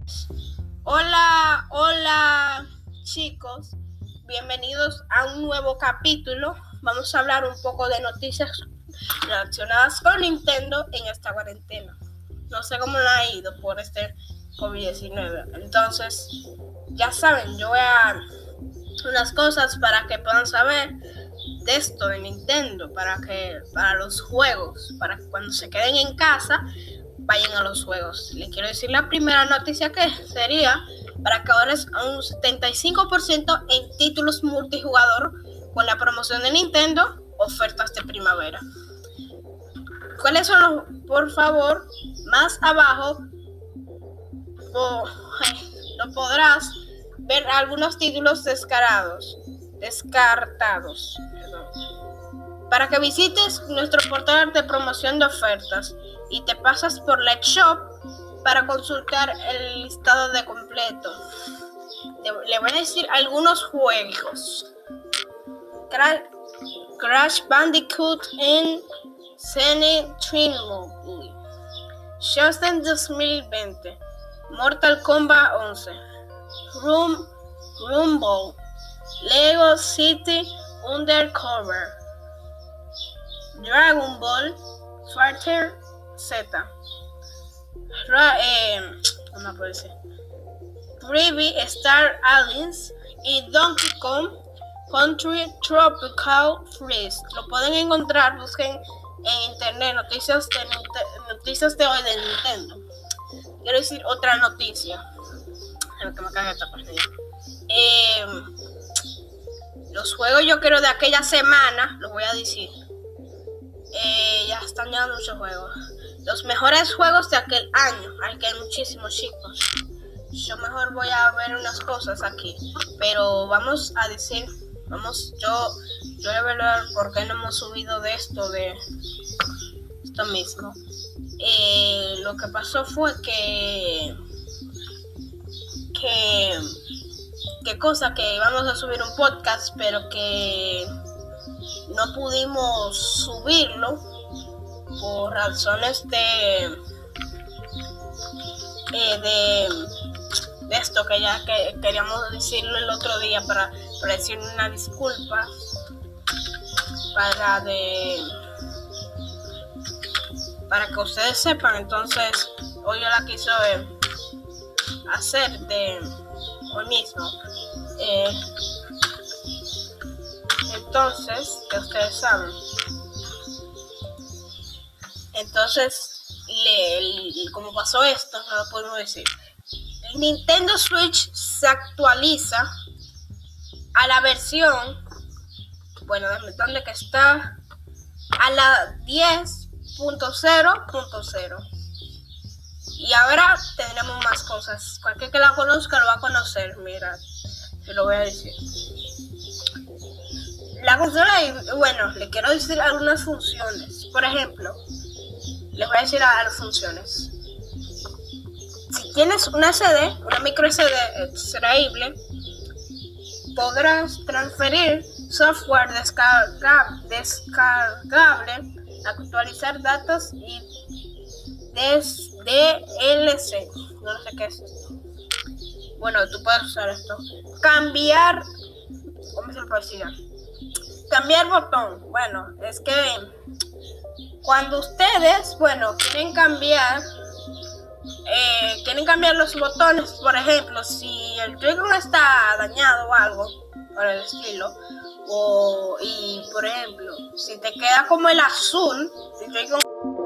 Hola chicos, bienvenidos a un nuevo capítulo. Vamos a hablar un poco de noticias relacionadas con Nintendo en esta cuarentena. No sé cómo le ha ido por este COVID-19. Entonces, ya saben, yo voy a unas cosas para que puedan saber de esto de Nintendo, para los juegos, para que cuando se queden en casa vayan a los juegos. Les quiero decir la primera noticia, que sería para que ahora es un 75% en títulos multijugador con la promoción de Nintendo, ofertas de primavera. ¿Cuáles son los? Por favor, más abajo lo podrás ver algunos títulos descartados. Para que visites nuestro portal de promoción de ofertas y te pasas por Let's Shop para consultar el listado de completo. Le voy a decir algunos juegos: Crash Bandicoot en Scene Trinity, Just en 2020, Mortal Kombat 11, Rumble, Lego City Undercover, Dragon Ball Fighter Z, Privy Star Allies y Donkey Kong Country Tropical Freeze. Lo pueden encontrar, busquen en internet noticias de hoy de Nintendo. Quiero decir otra noticia. Que me cague esta partida. Los juegos, yo creo, de aquella semana, los voy a decir. Ya están llegando muchos juegos. Los mejores juegos de aquel año. Hay que hay muchísimos, chicos. Yo mejor voy a ver unas cosas aquí. Pero vamos a decir, yo voy a ver por qué no hemos subido de esto mismo. Lo que pasó fue que íbamos a subir un podcast, pero que no pudimos subirlo por razones de esto, que ya que queríamos decirlo el otro día para decir una disculpa para que ustedes sepan. Entonces hoy yo la quise hacer de hoy mismo. Entonces, que ustedes saben. Entonces, como pasó esto, no lo podemos decir. El Nintendo Switch se actualiza a la versión, ¿dónde que está? A la 10.0.0. Y ahora tendremos más cosas. Cualquiera que la conozca lo va a conocer. Mira, se lo voy a decir. La consola, le quiero decir algunas funciones. Por ejemplo, les voy a decir a las funciones. Si tienes una micro SD extraíble, podrás transferir software descargable, actualizar datos y DLC. No sé qué es esto. Tú puedes usar esto. Cambiar botón. Es que cuando ustedes, quieren cambiar los botones, por ejemplo, si el Joy-Con está dañado o algo por el estilo, y por ejemplo, si te queda como el azul, el Joy-Con